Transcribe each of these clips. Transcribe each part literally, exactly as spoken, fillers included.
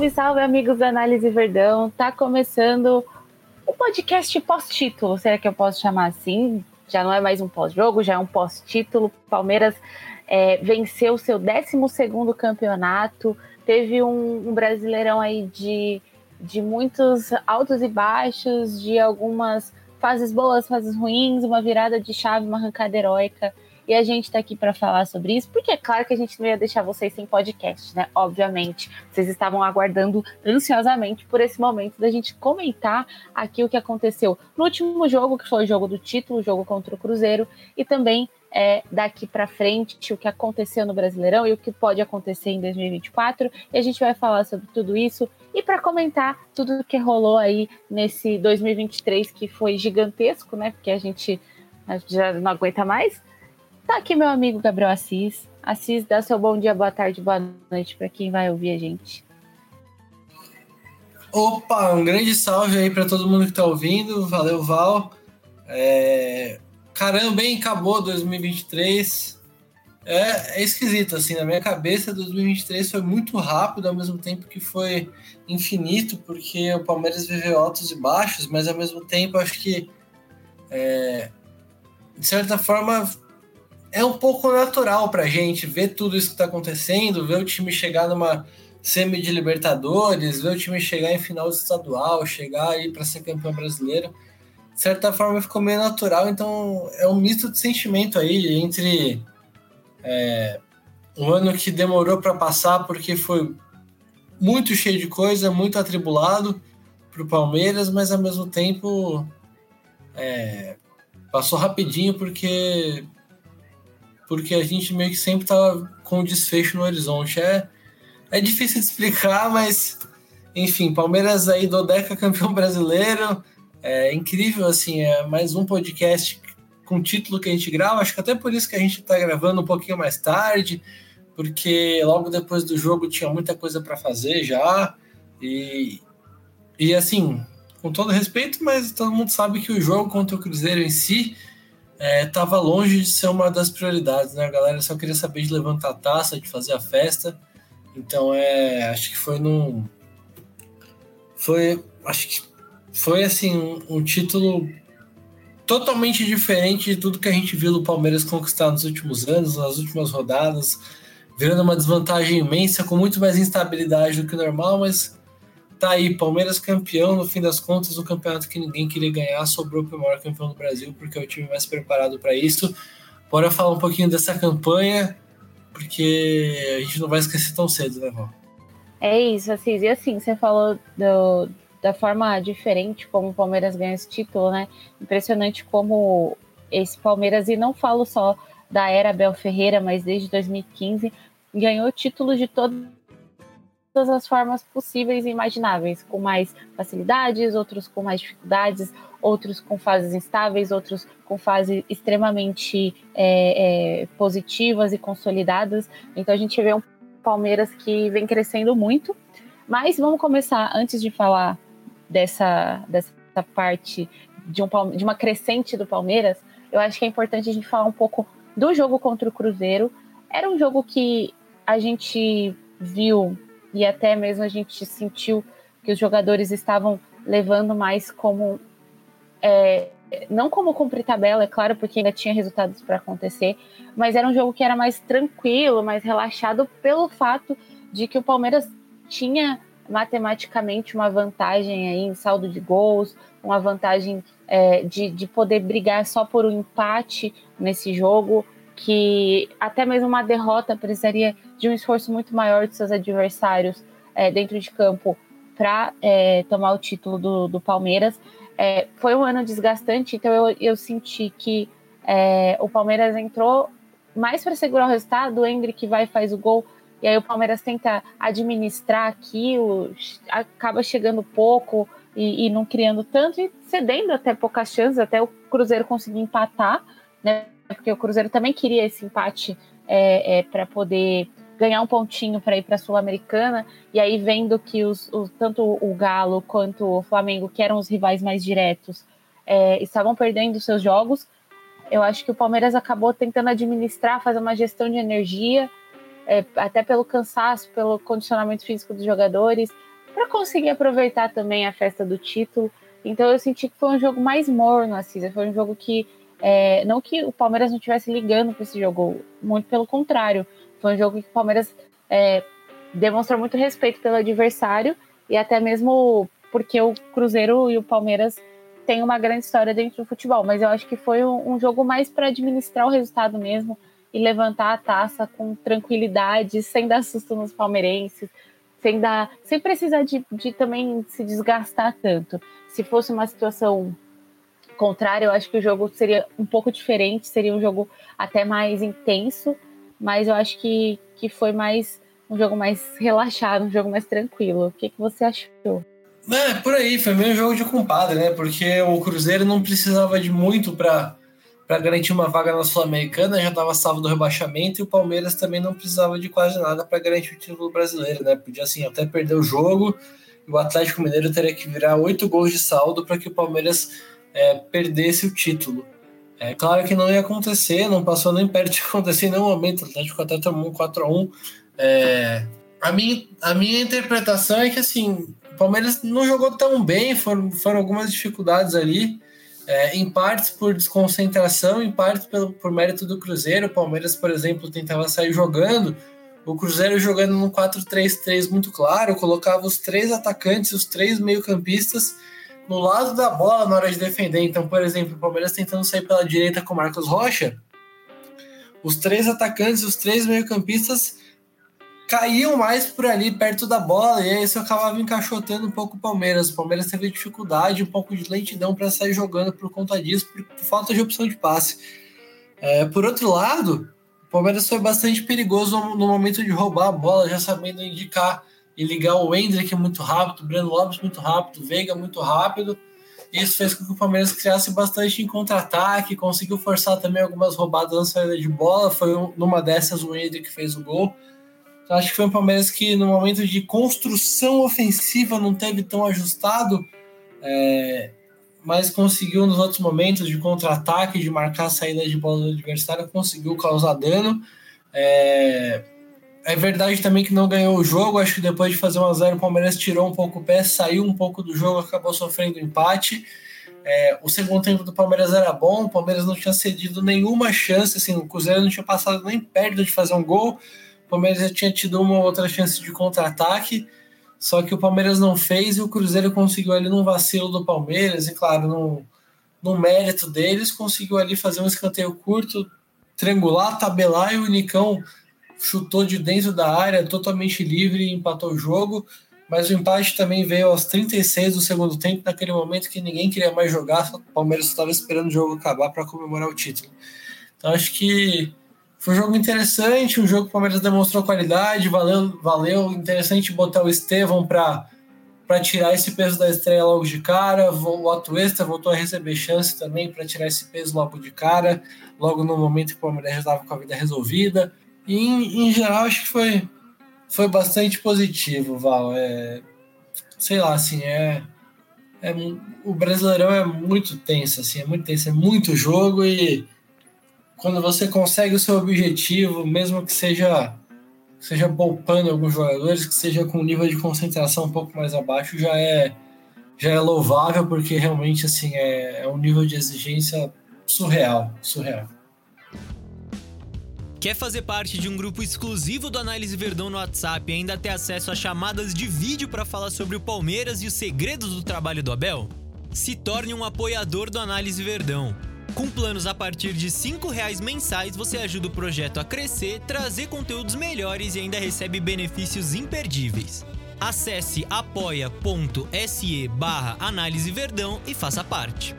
Salve, salve, amigos da Análise Verdão. Tá começando o podcast pós-título, será que eu posso chamar assim? Já não é mais um pós-jogo, já é um pós-título. Palmeiras é, venceu seu décimo segundo campeonato, teve um, um Brasileirão aí de, de muitos altos e baixos, de algumas fases boas, fases ruins, uma virada de chave, uma arrancada heróica. E a gente tá aqui para falar sobre isso, porque é claro que a gente não ia deixar vocês sem podcast, né? Obviamente, vocês estavam aguardando ansiosamente por esse momento da gente comentar aqui o que aconteceu no último jogo, que foi o jogo do título, o jogo contra o Cruzeiro, e também é, daqui para frente o que aconteceu no Brasileirão e o que pode acontecer em dois mil e vinte e quatro. E a gente vai falar sobre tudo isso e para comentar tudo o que rolou aí nesse dois mil e vinte e três, que foi gigantesco, né? Porque a gente já não aguenta mais. Tá aqui meu amigo Gabriel Assis. Assis, dá seu bom dia, boa tarde, boa noite para quem vai ouvir a gente. Opa, um grande salve aí para todo mundo que tá ouvindo. Valeu, Val. É... Caramba, bem, acabou dois mil e vinte e três. É, é esquisito, assim, na minha cabeça dois mil e vinte e três foi muito rápido, ao mesmo tempo que foi infinito, porque o Palmeiras viveu altos e baixos, mas ao mesmo tempo acho que, é... de certa forma, é um pouco natural pra gente ver tudo isso que tá acontecendo, ver o time chegar numa semi de Libertadores, ver o time chegar em final de estadual, chegar aí para ser campeão brasileiro. De certa forma ficou meio natural, então é um misto de sentimento aí entre é, um ano que demorou para passar porque foi muito cheio de coisa, muito atribulado pro Palmeiras, mas ao mesmo tempo é, passou rapidinho porque porque a gente meio que sempre tava com o desfecho no horizonte. É, é difícil de explicar, mas, enfim, Palmeiras aí do Deca campeão brasileiro, é incrível, assim, é mais um podcast com título que a gente grava, acho que até por isso que a gente tá gravando um pouquinho mais tarde, porque logo depois do jogo tinha muita coisa para fazer já, e, e assim, com todo respeito, mas todo mundo sabe que o jogo contra o Cruzeiro em si estava é, longe de ser uma das prioridades, né? A galera só queria saber de levantar a taça, de fazer a festa. Então, é, acho que foi num... Foi, acho que foi, assim, um, um título totalmente diferente de tudo que a gente viu do Palmeiras conquistar nos últimos anos, nas últimas rodadas, virando uma desvantagem imensa, com muito mais instabilidade do que o normal, mas tá aí, Palmeiras campeão, no fim das contas, o campeonato que ninguém queria ganhar, sobrou para o maior campeão do Brasil, porque é o time mais preparado para isso. Bora falar um pouquinho dessa campanha, porque a gente não vai esquecer tão cedo, né, Val? É isso, Assis. E assim, você falou do, da forma diferente como o Palmeiras ganha esse título, né? Impressionante como esse Palmeiras, e não falo só da era Abel Ferreira, mas desde dois mil e quinze, ganhou títulos de todo todas as formas possíveis e imagináveis, com mais facilidades, outros com mais dificuldades, outros com fases instáveis, outros com fases extremamente é, é, positivas e consolidadas. Então a gente vê um Palmeiras que vem crescendo muito, mas vamos começar, antes de falar dessa, dessa parte de, um, de uma crescente do Palmeiras, eu acho que é importante a gente falar um pouco do jogo contra o Cruzeiro. Era um jogo que a gente viu e até mesmo a gente sentiu que os jogadores estavam levando mais como... É, não como cumprir tabela, é claro, porque ainda tinha resultados para acontecer, mas era um jogo que era mais tranquilo, mais relaxado, pelo fato de que o Palmeiras tinha matematicamente uma vantagem aí em saldo de gols, uma vantagem é, de, de poder brigar só por um empate nesse jogo, que até mesmo uma derrota precisaria de um esforço muito maior de seus adversários é, dentro de campo para é, tomar o título do, do Palmeiras. É, foi um ano desgastante, então eu, eu senti que é, o Palmeiras entrou mais para segurar o resultado, o Endrick vai e faz o gol, e aí o Palmeiras tenta administrar aquilo, acaba chegando pouco e, e não criando tanto, e cedendo até poucas chances, até o Cruzeiro conseguir empatar, né? Porque o Cruzeiro também queria esse empate é, é, para poder ganhar um pontinho para ir para a Sul-Americana, e aí vendo que os, os, tanto o Galo quanto o Flamengo, que eram os rivais mais diretos, é, estavam perdendo seus jogos, eu acho que o Palmeiras acabou tentando administrar, fazer uma gestão de energia, é, até pelo cansaço, pelo condicionamento físico dos jogadores, para conseguir aproveitar também a festa do título. Então eu senti que foi um jogo mais morno, assim, foi um jogo que, é, não que o Palmeiras não estivesse ligando para esse jogo, muito pelo contrário, foi um jogo que o Palmeiras é, demonstrou muito respeito pelo adversário, e até mesmo porque o Cruzeiro e o Palmeiras têm uma grande história dentro do futebol, mas eu acho que foi um, um jogo mais para administrar o resultado mesmo, e levantar a taça com tranquilidade, sem dar susto nos palmeirenses, sem, dar, sem precisar de, de também se desgastar tanto. Se fosse uma situação contrária, eu acho que o jogo seria um pouco diferente, seria um jogo até mais intenso, mas eu acho que, que foi mais um jogo mais relaxado, um jogo mais tranquilo. O que, que você achou? É, por aí, foi meio jogo de compadre, né? Porque o Cruzeiro não precisava de muito para para garantir uma vaga na Sul-Americana, já estava salvo do rebaixamento, e o Palmeiras também não precisava de quase nada para garantir o título brasileiro, né? Podia, assim, até perder o jogo, e o Atlético Mineiro teria que virar oito gols de saldo para que o Palmeiras é, perdesse o título. É claro que não ia acontecer, não passou nem perto de acontecer em nenhum momento, o Atlético até tomou um quatro a um. É, a, minha, a minha interpretação é que, assim, o Palmeiras não jogou tão bem, foram, foram algumas dificuldades ali, É, em partes por desconcentração, em partes pelo, por mérito do Cruzeiro. O Palmeiras, por exemplo, tentava sair jogando, o Cruzeiro jogando num quatro três três muito claro, colocava os três atacantes, os três meio-campistas no lado da bola na hora de defender. Então, por exemplo, o Palmeiras tentando sair pela direita com o Marcos Rocha, os três atacantes, os três meio-campistas caíam mais por ali, perto da bola, e aí isso acabava encaixotando um pouco o Palmeiras. O Palmeiras teve dificuldade, um pouco de lentidão para sair jogando por conta disso, por, por falta de opção de passe. É, por outro lado, o Palmeiras foi bastante perigoso no, no momento de roubar a bola, já sabendo indicar e ligar o Endrick muito rápido, o Breno Lopes muito rápido, o Veiga muito rápido. Isso fez com que o Palmeiras criasse bastante em contra-ataque, conseguiu forçar também algumas roubadas na saída de bola. Foi um, numa dessas o Endrick que fez o gol. Então, acho que foi um Palmeiras que no momento de construção ofensiva não teve tão ajustado, é, mas conseguiu nos outros momentos de contra-ataque, de marcar a saída de bola do adversário, conseguiu causar dano. É, é verdade também que não ganhou o jogo, acho que depois de fazer um a zero o Palmeiras tirou um pouco o pé, saiu um pouco do jogo, acabou sofrendo empate. É, o segundo tempo do Palmeiras era bom, o Palmeiras não tinha cedido nenhuma chance, assim, o Cruzeiro não tinha passado nem perto de fazer um gol, o Palmeiras já tinha tido uma outra chance de contra-ataque, só que o Palmeiras não fez e o Cruzeiro conseguiu ali num vacilo do Palmeiras, e claro, no, no mérito deles, conseguiu ali fazer um escanteio curto, triangular, tabelar, e o Nicão chutou de dentro da área, totalmente livre, e empatou o jogo. Mas o empate também veio aos trinta e seis do segundo tempo, naquele momento que ninguém queria mais jogar, o Palmeiras estava esperando o jogo acabar para comemorar o título. Então acho que foi um jogo interessante, um jogo que o Palmeiras demonstrou qualidade, valeu, valeu interessante botar o Estevão para tirar esse peso da estreia logo de cara, o Atuesta voltou a receber chance também para tirar esse peso logo de cara, logo no momento que o Palmeiras já estava com a vida resolvida. E em, em geral acho que foi, foi bastante positivo, Val. É, sei lá, assim, é, é, o Brasileirão é muito tenso, assim, é muito tenso, é muito jogo, e quando você consegue o seu objetivo, mesmo que seja, seja poupando alguns jogadores, que seja com um nível de concentração um pouco mais abaixo, já é, já é louvável, porque realmente assim, é, é um nível de exigência surreal, surreal. Quer fazer parte de um grupo exclusivo do Análise Verdão no WhatsApp e ainda ter acesso a chamadas de vídeo para falar sobre o Palmeiras e os segredos do trabalho do Abel? Se torne um apoiador do Análise Verdão. Com planos a partir de cinco reais mensais, você ajuda o projeto a crescer, trazer conteúdos melhores e ainda recebe benefícios imperdíveis. Acesse apoia.se barra Análise Verdão e faça parte.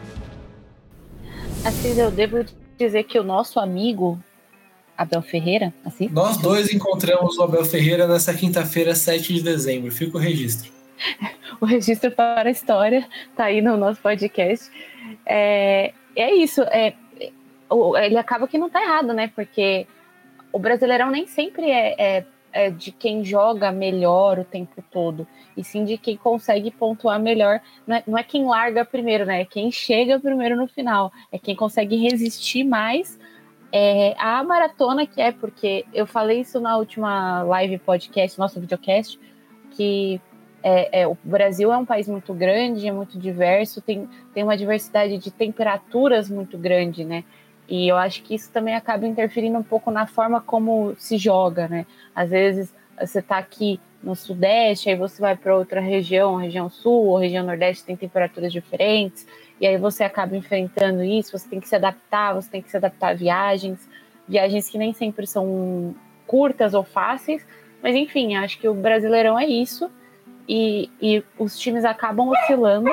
Assis, eu devo dizer que o nosso amigo Abel Ferreira, assim? Nós dois encontramos o Abel Ferreira nessa quinta-feira, sete de dezembro. Fica o registro. O registro para a história tá aí no nosso podcast. É, é isso. É, ele acaba que não tá errado, né? Porque o Brasileirão nem sempre é, é, é de quem joga melhor o tempo todo, e sim de quem consegue pontuar melhor. Não é, não é quem larga primeiro, né? É quem chega primeiro no final. É quem consegue resistir mais É, a maratona que é, porque eu falei isso na última live podcast, nosso videocast, que É, é, o Brasil é um país muito grande, é muito diverso, tem, tem uma diversidade de temperaturas muito grande, né? E eu acho que isso também acaba interferindo um pouco na forma como se joga, né? Às vezes você está aqui no Sudeste, aí você vai para outra região, região Sul ou região Nordeste, tem temperaturas diferentes, e aí você acaba enfrentando isso, você tem que se adaptar, você tem que se adaptar a viagens, viagens que nem sempre são curtas ou fáceis, mas enfim, acho que o Brasileirão é isso, e, e os times acabam oscilando,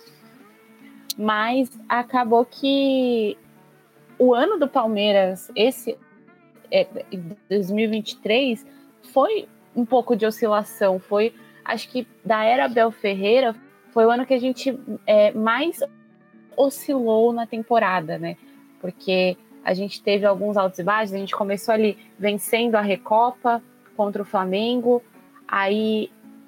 mas acabou que o ano do Palmeiras, esse é, dois mil e vinte e três, foi um pouco de oscilação. Foi, acho que da era Abel Ferreira, foi o ano que a gente é, mais oscilou na temporada, né? Porque a gente teve alguns altos e baixos, a gente começou ali vencendo a Recopa contra o Flamengo, aí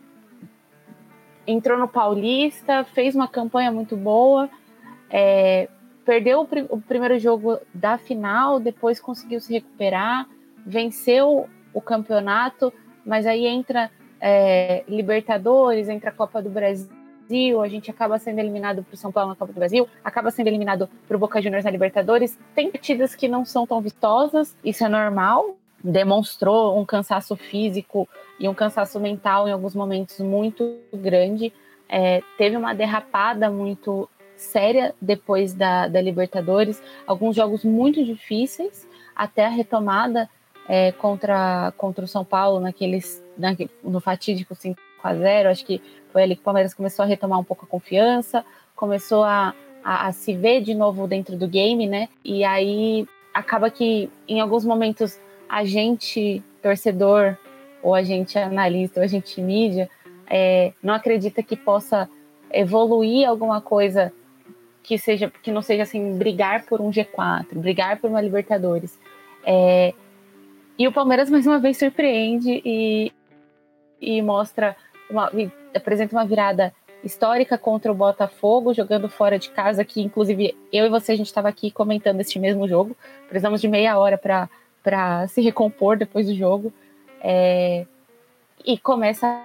entrou no Paulista, fez uma campanha muito boa, é, perdeu o, pr- o primeiro jogo da final, depois conseguiu se recuperar, venceu o campeonato, mas aí entra é, Libertadores, entra a Copa do Brasil, a gente acaba sendo eliminado para o São Paulo na Copa do Brasil, acaba sendo eliminado para o Boca Juniors na Libertadores. Tem partidas que não são tão vistosas, isso é normal, demonstrou um cansaço físico e um cansaço mental em alguns momentos muito grande, é, teve uma derrapada muito séria depois da, da Libertadores, alguns jogos muito difíceis, até a retomada é, contra, contra o São Paulo, naqueles, na, no fatídico cinco a zero, acho que foi ali que o Palmeiras começou a retomar um pouco a confiança, começou a, a, a se ver de novo dentro do game, né? E aí acaba que em alguns momentos a gente, torcedor, ou a gente analista, ou a gente mídia, é, não acredita que possa evoluir alguma coisa que seja, que não seja assim, brigar por um G quatro, brigar por uma Libertadores. É, e o Palmeiras mais uma vez surpreende e, e mostra uma, e apresenta uma virada histórica contra o Botafogo, jogando fora de casa, que inclusive eu e você, a gente estava aqui comentando este mesmo jogo, precisamos de meia hora para para se recompor depois do jogo, é, e começa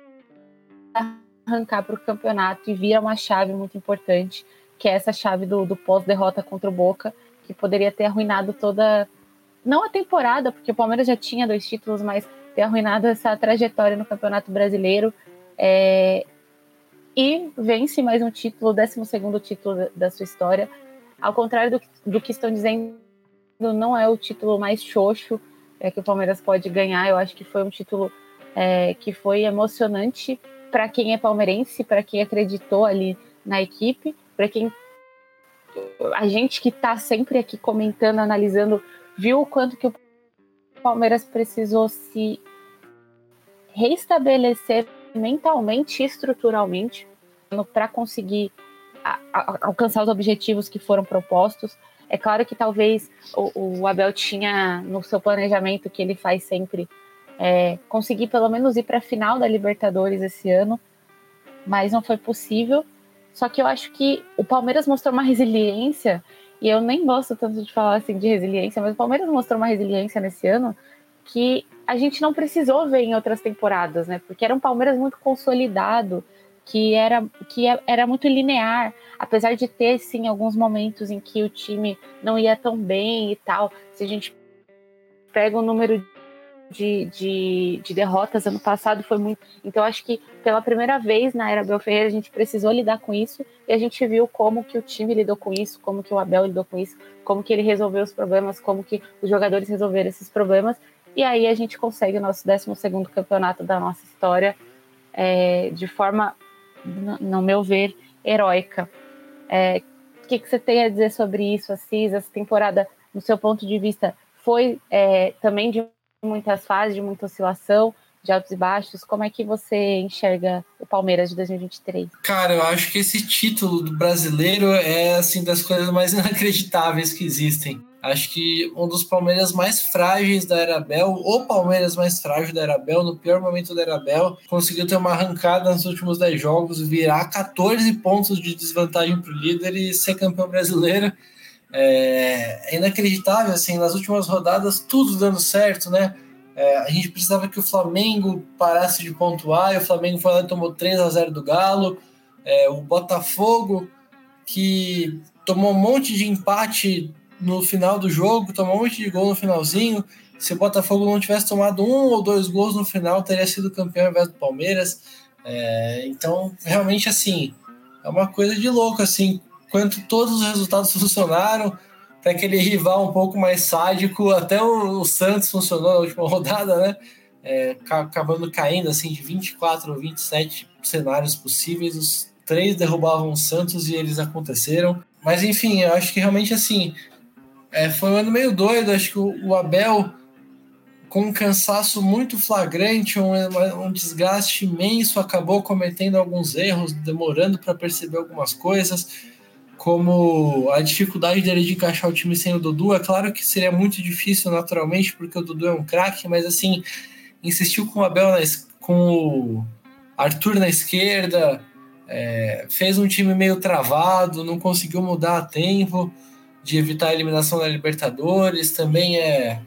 a arrancar para o campeonato e vira uma chave muito importante, que é essa chave do, do pós-derrota contra o Boca, que poderia ter arruinado toda, não a temporada, porque o Palmeiras já tinha dois títulos, mas ter arruinado essa trajetória no Campeonato Brasileiro, é, e vence mais um título, o décimo segundo título da, da sua história. Ao contrário do, do que estão dizendo, não é o título mais xoxo é, que o Palmeiras pode ganhar. Eu acho que foi um título é, que foi emocionante para quem é palmeirense, para quem acreditou ali na equipe, para quem a gente que está sempre aqui comentando, analisando, viu o quanto que o Palmeiras precisou se reestabelecer mentalmente e estruturalmente para conseguir a, a, alcançar os objetivos que foram propostos. É claro que talvez o, o Abel tinha no seu planejamento, que ele faz sempre, é, conseguir pelo menos ir para a final da Libertadores esse ano, mas não foi possível. Só que eu acho que o Palmeiras mostrou uma resiliência, e eu nem gosto tanto de falar assim de resiliência, mas o Palmeiras mostrou uma resiliência nesse ano que a gente não precisou ver em outras temporadas, né? Porque era um Palmeiras muito consolidado, que era, que era muito linear, apesar de ter, sim, alguns momentos em que o time não ia tão bem e tal. Se a gente pega o número de, de, de derrotas ano passado, foi muito... Então, acho que pela primeira vez na era Abel Ferreira, a gente precisou lidar com isso, e a gente viu como que o time lidou com isso, como que o Abel lidou com isso, como que ele resolveu os problemas, como que os jogadores resolveram esses problemas, e aí a gente consegue o nosso décimo segundo campeonato da nossa história, é, de forma, no meu ver, heróica. É, o que, que você tem a dizer sobre isso, Assis? Essa temporada, no seu ponto de vista, foi é, também de muitas fases, de muita oscilação, de altos e baixos. Como é que você enxerga o Palmeiras de dois mil e vinte e três? Cara, eu acho que esse título do brasileiro é assim das coisas mais inacreditáveis que existem. Acho que um dos Palmeiras mais frágeis da era Abel, o Palmeiras mais frágil da era Abel, no pior momento da era Abel, conseguiu ter uma arrancada nos últimos dez jogos, virar catorze pontos de desvantagem para o líder e ser campeão brasileiro. É, é inacreditável, assim, nas últimas rodadas tudo dando certo, né? É, a gente precisava que o Flamengo parasse de pontuar, e o Flamengo foi lá e tomou três a zero do Galo. É, o Botafogo, que tomou um monte de empate no final do jogo, tomou um monte de gol no finalzinho. Se o Botafogo não tivesse tomado um ou dois gols no final, teria sido campeão ao invés do Palmeiras. É, então, realmente, assim, é uma coisa de louco, assim, quanto todos os resultados funcionaram, para aquele rival um pouco mais sádico, até o, o Santos funcionou na última rodada, né? É, acabando caindo, assim, de vinte e quatro ou vinte e sete cenários possíveis, os três derrubavam o Santos e eles aconteceram. Mas, enfim, eu acho que realmente, assim, é, foi um ano meio doido. Acho que o, o Abel, com um cansaço muito flagrante, um, um desgaste imenso, acabou cometendo alguns erros, demorando para perceber algumas coisas, como a dificuldade dele de encaixar o time sem o Dudu. É claro que seria muito difícil naturalmente, porque o Dudu é um craque, mas assim, insistiu com o Abel, na, com o Arthur na esquerda, é, fez um time meio travado, não conseguiu mudar a tempo de evitar a eliminação da Libertadores. Também é,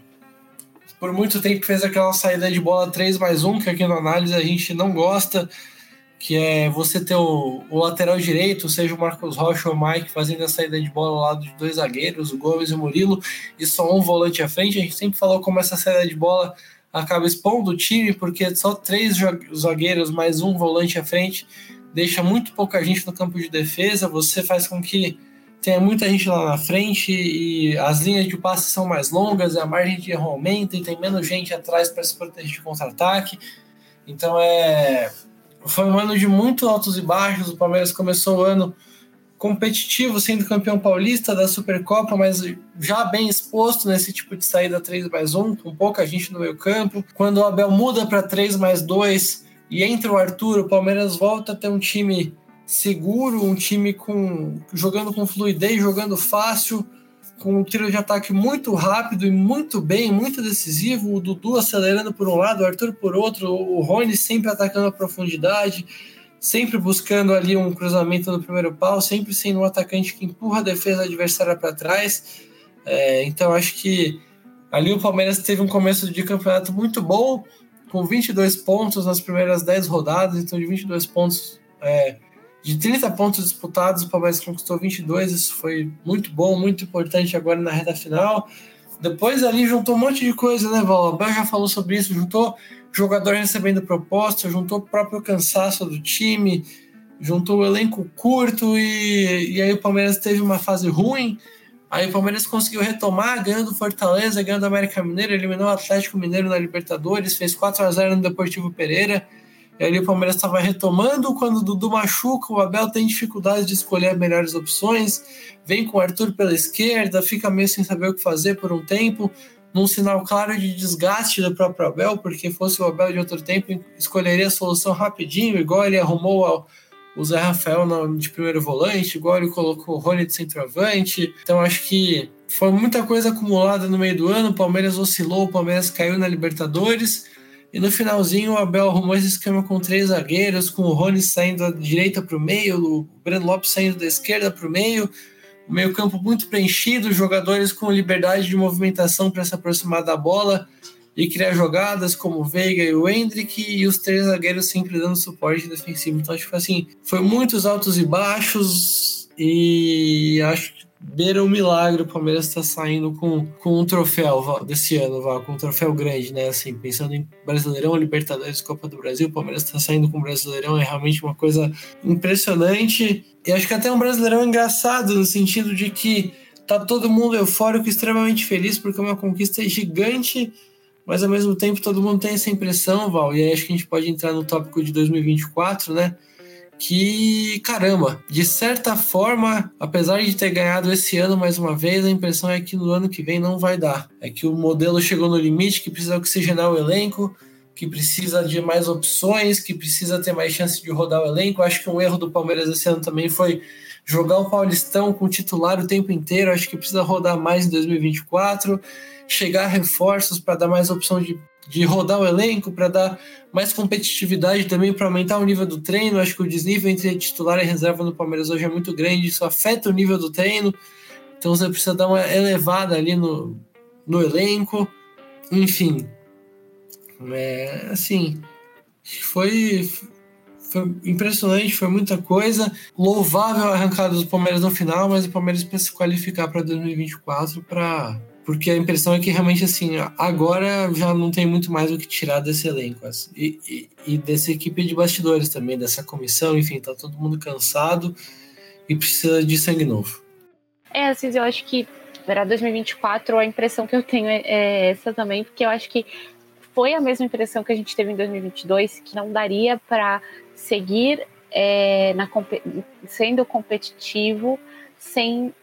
por muito tempo fez aquela saída de bola três mais um, que aqui no Análise a gente não gosta, que é você ter o, o lateral direito, seja o Marcos Rocha ou o Mike, fazendo a saída de bola ao lado de dois zagueiros, o Gomes e o Murilo, e só um volante à frente. A gente sempre falou como essa saída de bola acaba expondo o time, porque só três zagueiros mais um volante à frente deixa muito pouca gente no campo de defesa. Você faz com que tenha muita gente lá na frente e as linhas de passe são mais longas, a margem de erro aumenta e tem menos gente atrás para se proteger de contra-ataque. Então é... foi um ano de muito altos e baixos. O Palmeiras começou o ano competitivo, sendo campeão paulista da Supercopa, mas já bem exposto nesse tipo de saída três mais um, com pouca gente no meio campo. Quando o Abel muda para três mais dois e entra o Arthur, o Palmeiras volta a ter um time seguro, um time com, jogando com fluidez, jogando fácil, com um tiro de ataque muito rápido e muito bem, muito decisivo. O Dudu acelerando por um lado, o Arthur por outro, o Rony sempre atacando a profundidade, sempre buscando ali um cruzamento no primeiro pau, sempre sendo um atacante que empurra a defesa adversária para trás. É, então acho que ali o Palmeiras teve um começo de campeonato muito bom, com vinte e dois pontos nas primeiras dez rodadas. Então de vinte e dois pontos, é, de trinta pontos disputados, o Palmeiras conquistou vinte e dois. Isso foi muito bom, muito importante agora na reta final. Depois ali juntou um monte de coisa, né, Val? O Abel já falou sobre isso, juntou jogador recebendo proposta, juntou o próprio cansaço do time, juntou o elenco curto e, e aí o Palmeiras teve uma fase ruim. Aí o Palmeiras conseguiu retomar, ganhando Fortaleza, ganhando o América Mineiro, eliminou o Atlético Mineiro na Libertadores, fez quatro a zero no Deportivo Pereira. E ali o Palmeiras estava retomando. Quando o Dudu machuca, o Abel tem dificuldade de escolher as melhores opções, vem com o Arthur pela esquerda, fica meio sem saber o que fazer por um tempo, num sinal claro de desgaste do próprio Abel, porque fosse o Abel de outro tempo, escolheria a solução rapidinho, igual ele arrumou o Zé Rafael de primeiro volante, igual ele colocou o Rony de centroavante. Então acho que foi muita coisa acumulada no meio do ano. O Palmeiras oscilou, o Palmeiras caiu na Libertadores, e no finalzinho o Abel arrumou esse esquema com três zagueiros, com o Rony saindo da direita para o meio, o Breno Lopes saindo da esquerda para o meio, o meio campo muito preenchido, jogadores com liberdade de movimentação para se aproximar da bola e criar jogadas, como o Veiga e o Endrick, e os três zagueiros sempre dando suporte defensivo. Então acho que assim, foi muitos altos e baixos, e acho que beira o milagre o Palmeiras está saindo com, com um troféu desse ano, com um troféu grande, né? Assim, pensando em Brasileirão, Libertadores, Copa do Brasil, o Palmeiras está saindo com o Brasileirão, é realmente uma coisa impressionante. E acho que até um Brasileirão engraçado, no sentido de que tá todo mundo eufórico, extremamente feliz, porque é uma conquista gigante, mas ao mesmo tempo todo mundo tem essa impressão, Val, e aí acho que a gente pode entrar no tópico de dois mil e vinte e quatro, né? Que, caramba, de certa forma, apesar de ter ganhado esse ano mais uma vez, a impressão é que no ano que vem não vai dar. É que o modelo chegou no limite, que precisa oxigenar o elenco, que precisa de mais opções, que precisa ter mais chance de rodar o elenco. Acho que um erro do Palmeiras esse ano também foi jogar o Paulistão com o titular o tempo inteiro. Acho que precisa rodar mais em dois mil e vinte e quatro, chegar reforços para dar mais opção de de rodar o elenco, para dar mais competitividade também, para aumentar o nível do treino. Acho que o desnível entre titular e reserva no Palmeiras hoje é muito grande, isso afeta o nível do treino, então você precisa dar uma elevada ali no, no elenco. Enfim, É, assim, foi, foi impressionante, foi muita coisa. Louvável a arrancada do Palmeiras no final, mas o Palmeiras precisa se qualificar para dois mil e vinte e quatro, pra, porque a impressão é que realmente, assim, agora já não tem muito mais o que tirar desse elenco. Assim, e, e, e dessa equipe de bastidores também, dessa comissão, enfim, tá todo mundo cansado e precisa de sangue novo. É, assim, eu acho que para dois mil e vinte e quatro a impressão que eu tenho é, é essa também, porque eu acho que foi a mesma impressão que a gente teve em dois mil e vinte e dois, que não daria para seguir é, na, sendo competitivo sem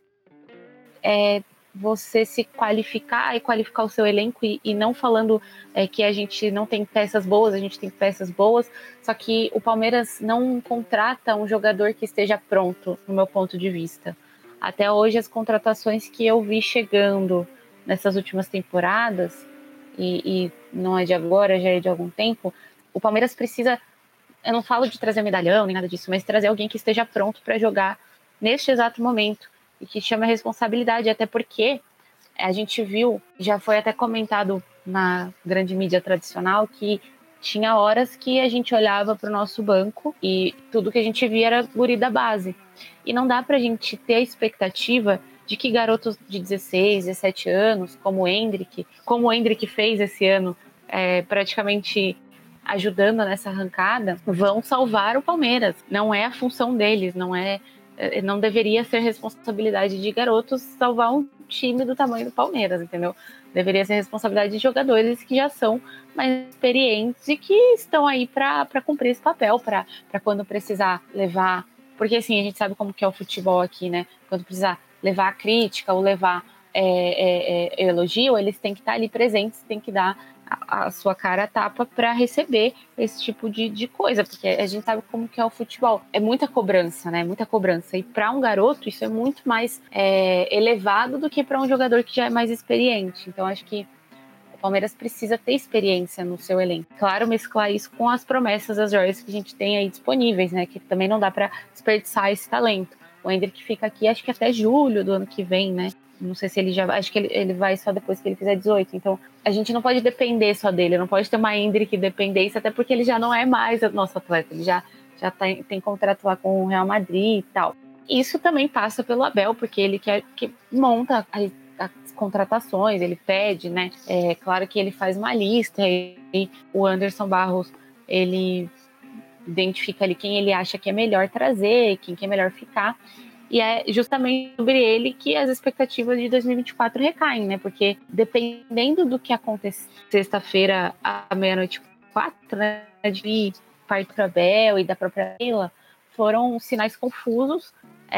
é, você se qualificar e qualificar o seu elenco, e, e não falando é, que a gente não tem peças boas, a gente tem peças boas, só que o Palmeiras não contrata um jogador que esteja pronto, no meu ponto de vista. Até hoje, as contratações que eu vi chegando nessas últimas temporadas, e, e não é de agora, já é de algum tempo, o Palmeiras precisa, eu não falo de trazer medalhão nem nada disso, mas trazer alguém que esteja pronto para jogar neste exato momento e que chame a responsabilidade, até porque a gente viu, já foi até comentado na grande mídia tradicional, que tinha horas que a gente olhava para o nosso banco e tudo que a gente via era guri da base. E não dá para a gente ter a expectativa de que garotos de dezesseis, dezessete anos, como o Endrick, como o Endrick fez esse ano, é, praticamente ajudando nessa arrancada, vão salvar o Palmeiras. Não é a função deles, não é, não deveria ser responsabilidade de garotos salvar um time do tamanho do Palmeiras, entendeu? Deveria ser responsabilidade de jogadores que já são mais experientes e que estão aí para cumprir esse papel, para quando precisar levar. Porque assim, a gente sabe como que é o futebol aqui, né? Quando precisar levar a crítica ou levar é, é, é, elogio, eles têm que estar ali presentes, têm que dar a, a sua cara a tapa para receber esse tipo de, de coisa, porque a gente sabe como que é o futebol. É muita cobrança, né? Muita cobrança. E para um garoto, isso é muito mais é, elevado do que para um jogador que já é mais experiente. Então, acho que o Palmeiras precisa ter experiência no seu elenco. Claro, mesclar isso com as promessas das joias que a gente tem aí disponíveis, né? Que também não dá para desperdiçar esse talento. O Endrick fica aqui, acho que até julho do ano que vem, né? Não sei se ele já vai, acho que ele, ele vai só depois que ele fizer dezoito. Então, a gente não pode depender só dele, não pode ter uma Endrick dependência, até porque ele já não é mais o nosso atleta, ele já, já tá, tem contrato lá com o Real Madrid e tal. Isso também passa pelo Abel, porque ele quer que monta a, as contratações, ele pede, né? É claro que ele faz uma lista, e o Anderson Barros, ele identifica ali quem ele acha que é melhor trazer, quem que é melhor ficar. E é justamente sobre ele que as expectativas de dois mil e vinte e quatro recaem, né? Porque dependendo do que acontecer sexta-feira à meia-noite quatro, né? De parte do Abel e da própria Leila, foram sinais confusos,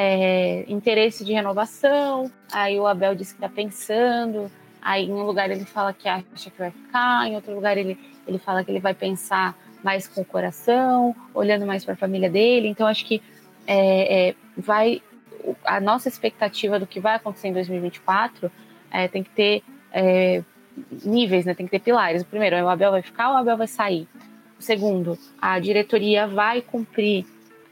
é, interesse de renovação, aí o Abel disse que está pensando, aí em um lugar ele fala que acha que vai ficar, em outro lugar ele, ele fala que ele vai pensar mais com o coração, olhando mais para a família dele. Então acho que é, é, vai, a nossa expectativa do que vai acontecer em dois mil e vinte e quatro é, tem que ter é, níveis, né? Tem que ter pilares. O primeiro, o Abel vai ficar ou o Abel vai sair? O segundo, a diretoria vai cumprir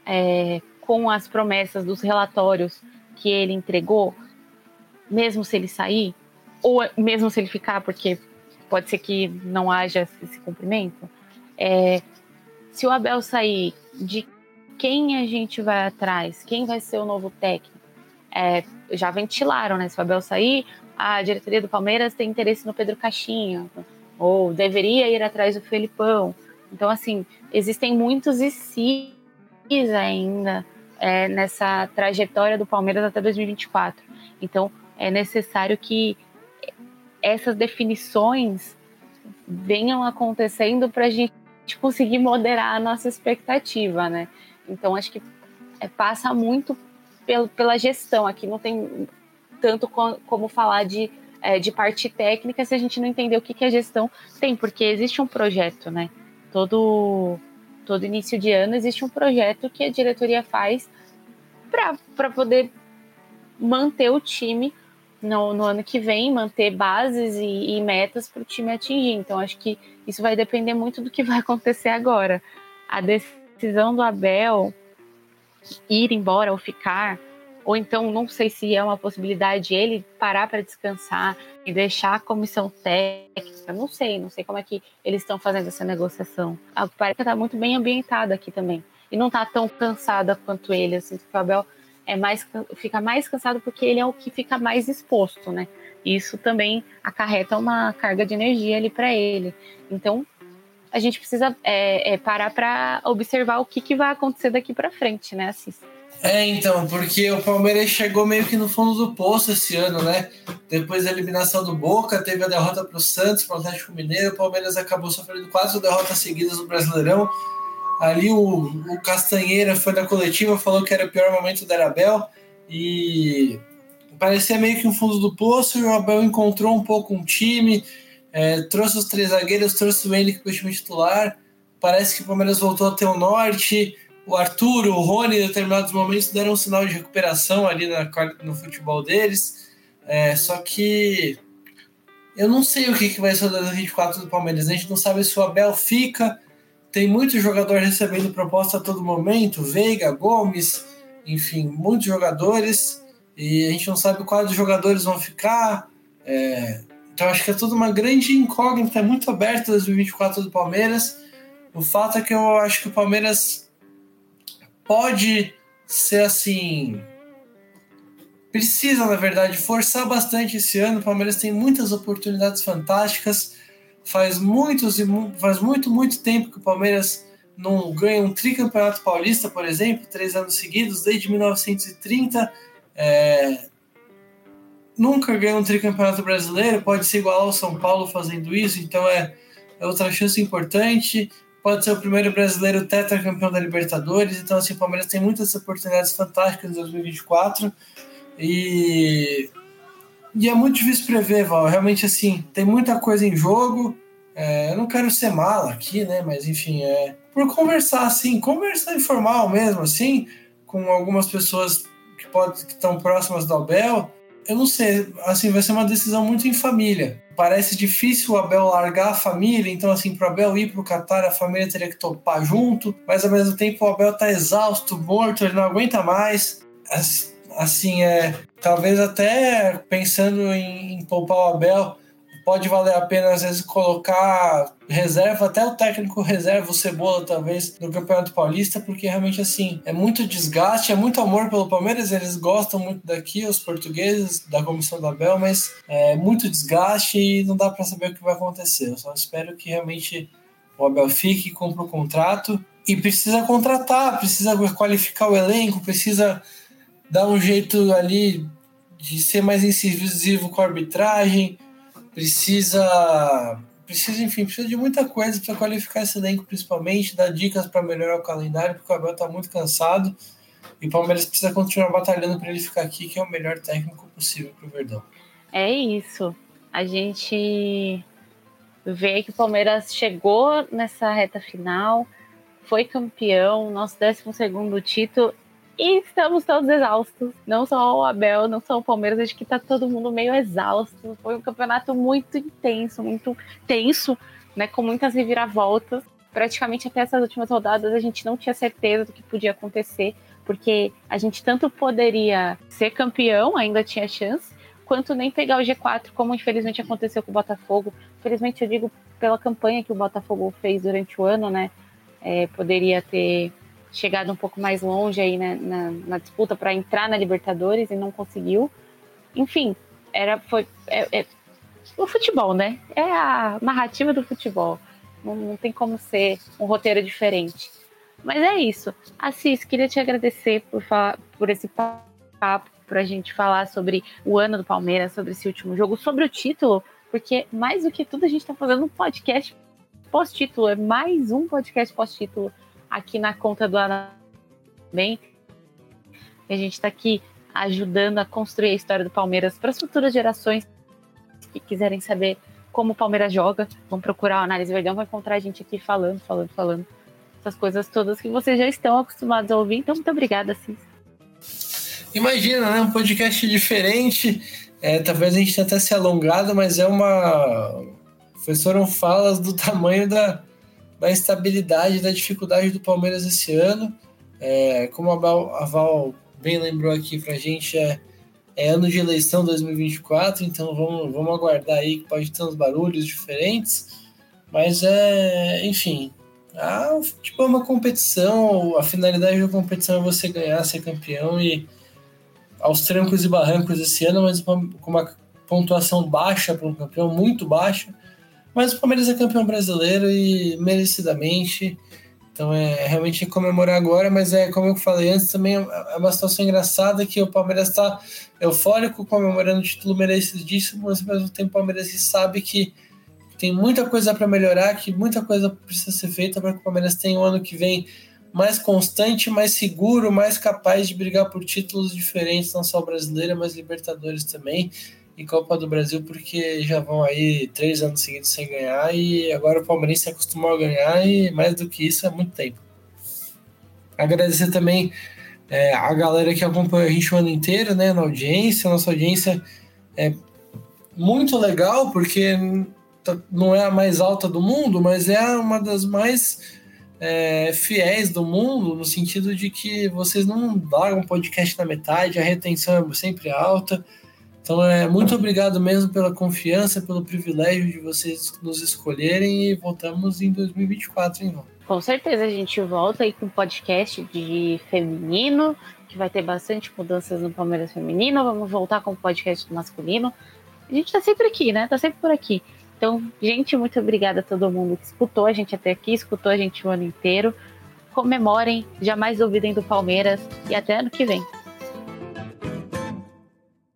é, com as promessas dos relatórios que ele entregou, mesmo se ele sair, ou mesmo se ele ficar, porque pode ser que não haja esse cumprimento. É, se o Abel sair, de quem a gente vai atrás? Quem vai ser o novo técnico? É, já ventilaram, né? Se o Abel sair, a diretoria do Palmeiras tem interesse no Pedro Caixinha, ou deveria ir atrás do Felipão. Então, assim, existem muitos e sis ainda é, nessa trajetória do Palmeiras até dois mil e vinte e quatro. Então, é necessário que essas definições venham acontecendo para a gente conseguir moderar a nossa expectativa, né? Então, acho que é, passa muito pelo, pela gestão. Aqui não tem tanto co- como falar de, é, de parte técnica se a gente não entender o que, que a gestão tem, porque existe um projeto, né? Todo, todo início de ano existe um projeto que a diretoria faz para poder manter o time no, no ano que vem, manter bases e, e metas para o time atingir. Então, acho que isso vai depender muito do que vai acontecer agora. A decisão do Abel ir embora ou ficar, ou então não sei se é uma possibilidade ele parar para descansar e deixar a comissão técnica, não sei, não sei como é que eles estão fazendo essa negociação. A Parece está muito bem ambientada aqui também, e não está tão cansada quanto ele, assim, o Abel é mais, fica mais cansado porque ele é o que fica mais exposto, né? Isso também acarreta uma carga de energia ali para ele. Então, a gente precisa é, é, parar para observar o que, que vai acontecer daqui para frente, né, Assis? É, então, porque o Palmeiras chegou meio que no fundo do poço esse ano, né? Depois da eliminação do Boca, teve a derrota para o Santos, para o Atlético Mineiro, o Palmeiras acabou sofrendo quatro derrotas seguidas no Brasileirão. Ali o, o Castanheira foi na coletiva, falou que era o pior momento da Abel, e parecia meio que um fundo do poço, e o Abel encontrou um pouco um time, é, trouxe os três zagueiros, trouxe o Henrique para o time titular, parece que o Palmeiras voltou a ter o norte. O Arthur, o Rony, em determinados momentos deram um sinal de recuperação ali na, no futebol deles. É, só que eu não sei o que, que vai ser o dois mil e vinte e quatro do Palmeiras. A gente não sabe se o Abel fica. Tem muito jogador recebendo proposta a todo momento. Veiga, Gomes, enfim, muitos jogadores. E a gente não sabe quais dos jogadores vão ficar. É, então acho que é tudo uma grande incógnita, é muito aberta dois mil e vinte e quatro do Palmeiras. O fato é que eu acho que o Palmeiras pode ser assim, precisa na verdade forçar bastante esse ano. O Palmeiras tem muitas oportunidades fantásticas, faz muitos faz muito muito tempo que o Palmeiras não ganha um tricampeonato paulista, por exemplo, três anos seguidos, desde mil novecentos e trinta, é, nunca ganhou um tricampeonato brasileiro, pode ser igual ao São Paulo fazendo isso, então é, é outra chance importante. Pode ser o primeiro brasileiro tetracampeão da Libertadores. Então, assim, o Palmeiras tem muitas oportunidades fantásticas em dois mil e vinte e quatro. E, e é muito difícil prever, Val. Realmente, assim, tem muita coisa em jogo. É, eu não quero ser mala aqui, né? Mas, enfim, é por conversar, assim, conversar informal mesmo, assim, com algumas pessoas que, pode, que estão próximas do Abel. Eu não sei, assim, vai ser uma decisão muito em família. Parece difícil o Abel largar a família, então, assim, para o Abel ir para o Catar, a família teria que topar junto, mas, ao mesmo tempo, o Abel está exausto, morto, ele não aguenta mais. Assim, é, talvez até pensando em, em poupar o Abel, pode valer a pena, às vezes, colocar reserva, até o técnico reserva, o Cebola, talvez, no Campeonato Paulista, porque realmente, assim, é muito desgaste, é muito amor pelo Palmeiras, eles gostam muito daqui, os portugueses, da comissão do Abel, mas é muito desgaste e não dá para saber o que vai acontecer. Eu só espero que realmente o Abel fique, cumpra o contrato, e precisa contratar, precisa qualificar o elenco, precisa dar um jeito ali de ser mais incisivo com a arbitragem, precisa, precisa, enfim, precisa de muita coisa para qualificar esse elenco, principalmente, dar dicas para melhorar o calendário, porque o Abel está muito cansado e o Palmeiras precisa continuar batalhando para ele ficar aqui, que é o melhor técnico possível para o Verdão. É isso. A gente vê que o Palmeiras chegou nessa reta final, foi campeão, nosso décimo segundo título, e estamos todos exaustos. Não só o Abel, não só o Palmeiras, acho que tá todo mundo meio exausto. Foi um campeonato muito intenso, muito tenso, né, com muitas reviravoltas. Praticamente até essas últimas rodadas a gente não tinha certeza do que podia acontecer, porque a gente tanto poderia ser campeão, ainda tinha chance, quanto nem pegar o G quatro, como infelizmente aconteceu com o Botafogo. Infelizmente eu digo pela campanha que o Botafogo fez durante o ano, né, é, poderia ter chegado um pouco mais longe aí, né, na, na disputa para entrar na Libertadores e não conseguiu. Enfim, era, foi, é, é, o futebol, né? É a narrativa do futebol. Não, não tem como ser um roteiro diferente. Mas é isso. Assis, queria te agradecer por, falar, por esse papo, para a gente falar sobre o ano do Palmeiras, sobre esse último jogo, sobre o título, porque mais do que tudo a gente está fazendo um podcast pós-título, é mais um podcast pós-título aqui na conta do Ana também. A gente está aqui ajudando a construir a história do Palmeiras para as futuras gerações que quiserem saber como o Palmeiras joga. Vão procurar o Análise Verdão, vão encontrar a gente aqui falando, falando, falando. Essas coisas todas que vocês já estão acostumados a ouvir. Então, muito obrigada, Cis. Imagina, né? Um podcast diferente. É, talvez a gente tenha até se alongado, mas é uma... foram falas do tamanho da... da instabilidade, da dificuldade do Palmeiras esse ano. É, como a Val, a Val bem lembrou aqui pra gente, é, é ano de eleição dois mil e vinte e quatro, então vamos, vamos aguardar aí, que pode ter uns barulhos diferentes, mas é, enfim, a, tipo, é uma competição, a finalidade da competição é você ganhar, ser campeão, e aos trancos e barrancos esse ano, mas com uma pontuação baixa para um campeão, muito baixa, mas o Palmeiras é campeão brasileiro e merecidamente, então é realmente comemorar agora, mas é como eu falei antes, também é uma situação engraçada que o Palmeiras está eufórico, comemorando o título merecidíssimo, mas ao mesmo tempo o Palmeiras sabe que tem muita coisa para melhorar, que muita coisa precisa ser feita para que o Palmeiras tenha um ano que vem mais constante, mais seguro, mais capaz de brigar por títulos diferentes, não só brasileira, mas Libertadores também, e Copa do Brasil, porque já vão aí três anos seguidos sem ganhar, e agora o Palmeirense se acostumou a ganhar, e mais do que isso, é muito tempo. Agradecer também é, a galera que acompanha a gente o ano inteiro, né, na audiência. Nossa audiência é muito legal, porque não é a mais alta do mundo, mas é uma das mais é, fiéis do mundo, no sentido de que vocês não largam podcast na metade, a retenção é sempre alta. Então, é muito obrigado mesmo pela confiança, pelo privilégio de vocês nos escolherem, e voltamos em dois mil e vinte e quatro, hein, Val? Com certeza, a gente volta aí com um podcast de feminino, que vai ter bastante mudanças no Palmeiras feminino. Vamos voltar com o podcast do masculino. A gente tá sempre aqui, né? Tá sempre por aqui. Então, gente, muito obrigada a todo mundo que escutou a gente até aqui, escutou a gente o ano inteiro. Comemorem, jamais duvidem do Palmeiras, e até ano que vem.